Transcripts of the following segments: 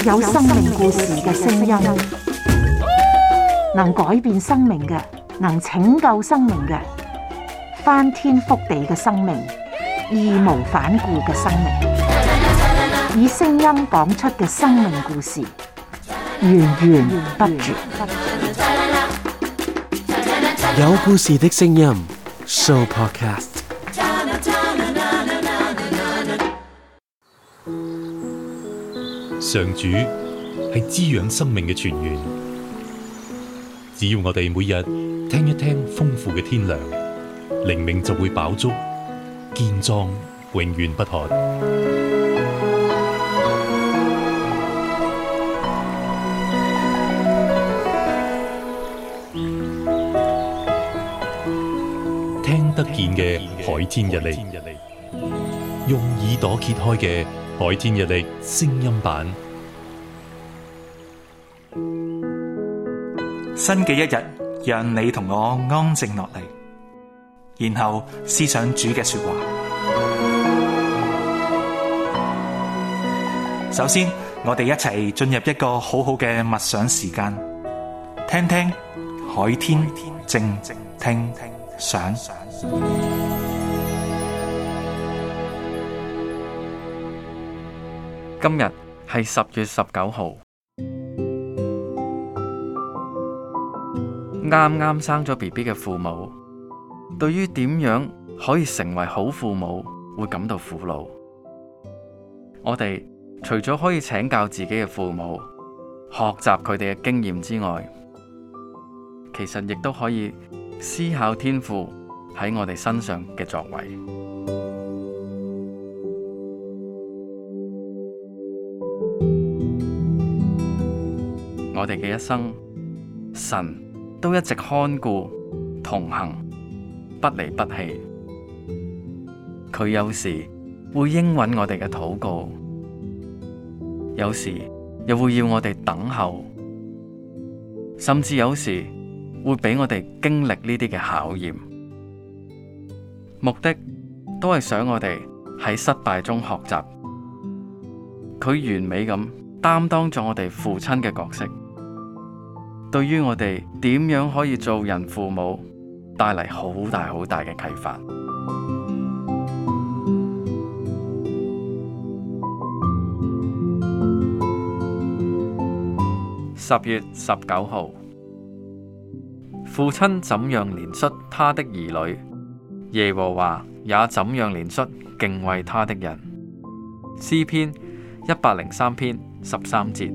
有生命故事嘅聲音，能改變生命嘅，能拯救生命嘅，翻天覆地嘅生命，義無反顧嘅生命，以聲音講出嘅生命故事，源源不絕。 有故事的聲音 Show Podcast。 上主係滋養生命嘅泉源，只要我哋每日聽一聽豐富嘅天糧，靈命就會飽足，健壯永遠不渴。聽得見嘅海天日曆，用耳朵揭開嘅海天日曆聲音版。 新嘅一日，讓你同我安靜落嚟，然後思想主嘅說話。首先，我哋一齊進入一個好好嘅默想時間，聽聽海天靜聽想。 今日係10月19號，啱啱生咗 BB 嘅父母，對於點樣可以成為好父母，會感到苦惱。我哋除咗可以請教自己嘅父母，學習佢哋嘅經驗之外，其實亦都可以思考天父喺我哋身上嘅作為。我哋嘅一生，神都一直看顧、同行、不離不棄。佢有時會應允我哋嘅禱告，有時又會要我哋等候，甚至有時會俾我哋經歷呢啲嘅考驗。目的都係想我哋喺失敗中學習。佢完美咁擔當咗我哋父親嘅角色，對於我哋點樣可以做人父母，帶嚟好大嘅啟發。10月19號，父親怎樣憐恤他的兒女，耶和華也怎樣憐恤敬畏他的人。詩篇103篇13節。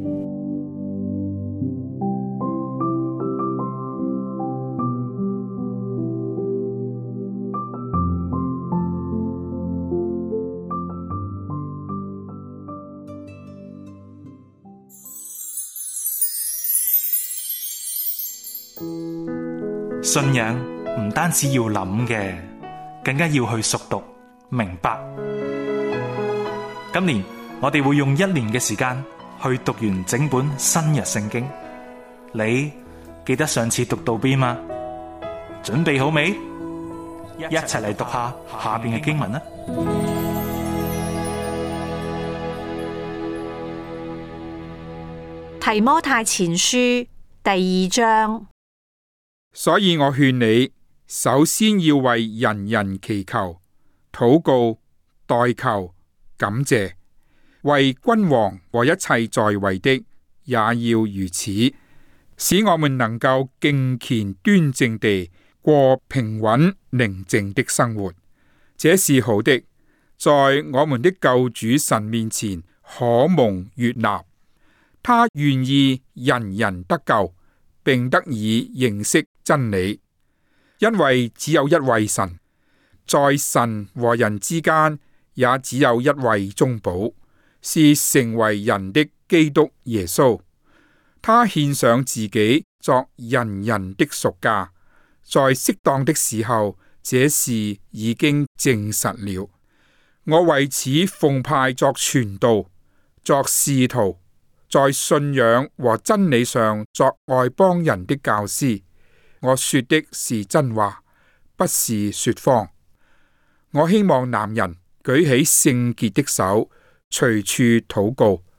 信仰唔單止要諗嘅，更加要去熟讀明白。今年我哋會用1年嘅時間去讀完整本新約聖經。你記得上次讀到邊嗎？準備好未？一齊嚟讀下下邊嘅經文啦。 提摩太前書第2章。 所以我勸你，首先要為人人祈求、禱告、代求、感謝，為君王和一切在位的也要如此，使我們能夠敬虔端正地過平穩寧靜的生活。這是好的，在我們的救主神面前可蒙悅納。他願意人人得救，並得以認識真理，因為只有一位神，在神和人之間也只有一位中保，是成為人的基督耶穌。他獻上自己作人人的贖價，在適當的時候，這事已經證實了。我為此奉派作傳道，作使徒，在信仰和真理上作外邦人的教師。我說的是真話，不是說謊。我希望男人舉起聖潔的手，隨處禱告，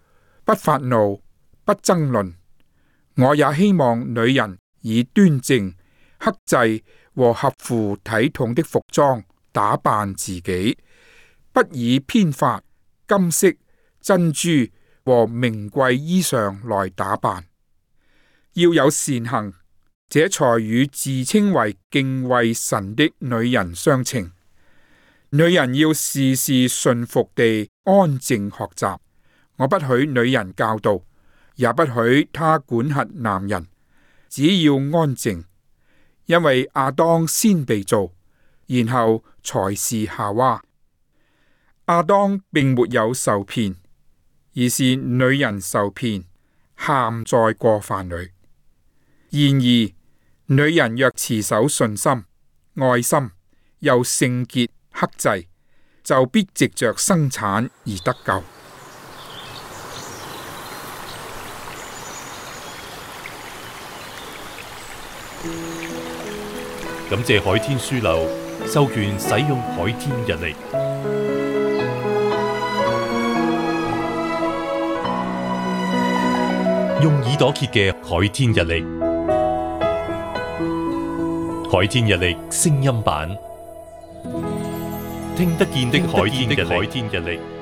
不發怒，不爭論。我也希望女人以端正、克制和合乎體統的服裝打扮自己，不以編髮、金飾、珍珠和名貴衣裳來打扮。要有善行，這才與自稱為敬畏神的女人相稱。女人要事事順服地安靜學習。我不許女人教導，也不許她管轄男人，只要安靜。因為亞當先被造，然後才是夏娃。亞當並沒有受騙，而是女人受騙，陷在過犯裏。然而，女人若持守信心、愛心，又聖潔克制，就必藉着生產而得救。 感謝海天書樓授權使用海天日曆，用耳朵揭嘅海天日曆，海天日曆聲音版，聽得見的海天日曆。